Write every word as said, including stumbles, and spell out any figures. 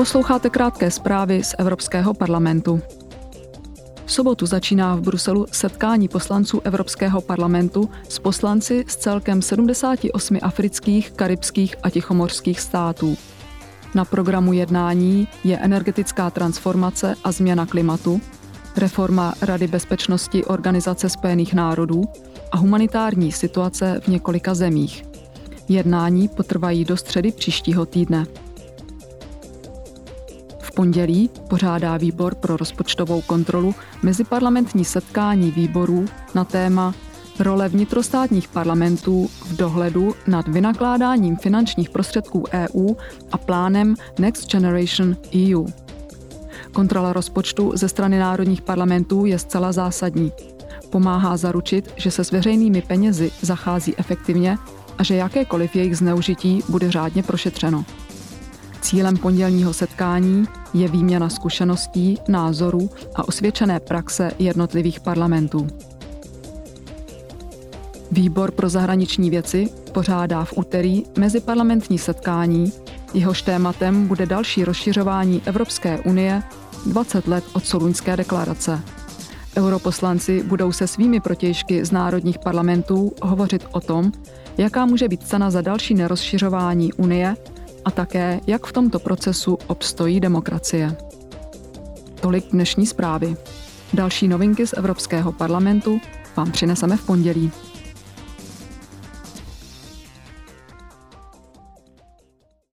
Posloucháte krátké zprávy z Evropského parlamentu. V sobotu začíná v Bruselu setkání poslanců Evropského parlamentu s poslanci z celkem sedmdesáti osmi afrických, karibských a tichomořských států. Na programu jednání je energetická transformace a změna klimatu, reforma Rady bezpečnosti Organizace spojených národů a humanitární situace v několika zemích. Jednání potrvají do středy příštího týdne. V pondělí pořádá výbor pro rozpočtovou kontrolu meziparlamentní setkání výborů na téma role vnitrostátních parlamentů v dohledu nad vynakládáním finančních prostředků E U a plánem Next Generation E U. Kontrola rozpočtu ze strany národních parlamentů je zcela zásadní. Pomáhá zaručit, že se s veřejnými penězi zachází efektivně a že jakékoliv jejich zneužití bude řádně prošetřeno. Cílem pondělního setkání je výměna zkušeností, názorů a osvědčené praxe jednotlivých parlamentů. Výbor pro zahraniční věci pořádá v úterý meziparlamentní setkání, jehož tématem bude další rozšiřování Evropské unie dvacet let od Soluňské deklarace. Europoslanci budou se svými protějšky z národních parlamentů hovořit o tom, jaká může být cena za další nerozšiřování unie a také, jak v tomto procesu obstojí demokracie. Tolik dnešní zprávy. Další novinky z Evropského parlamentu vám přineseme v pondělí.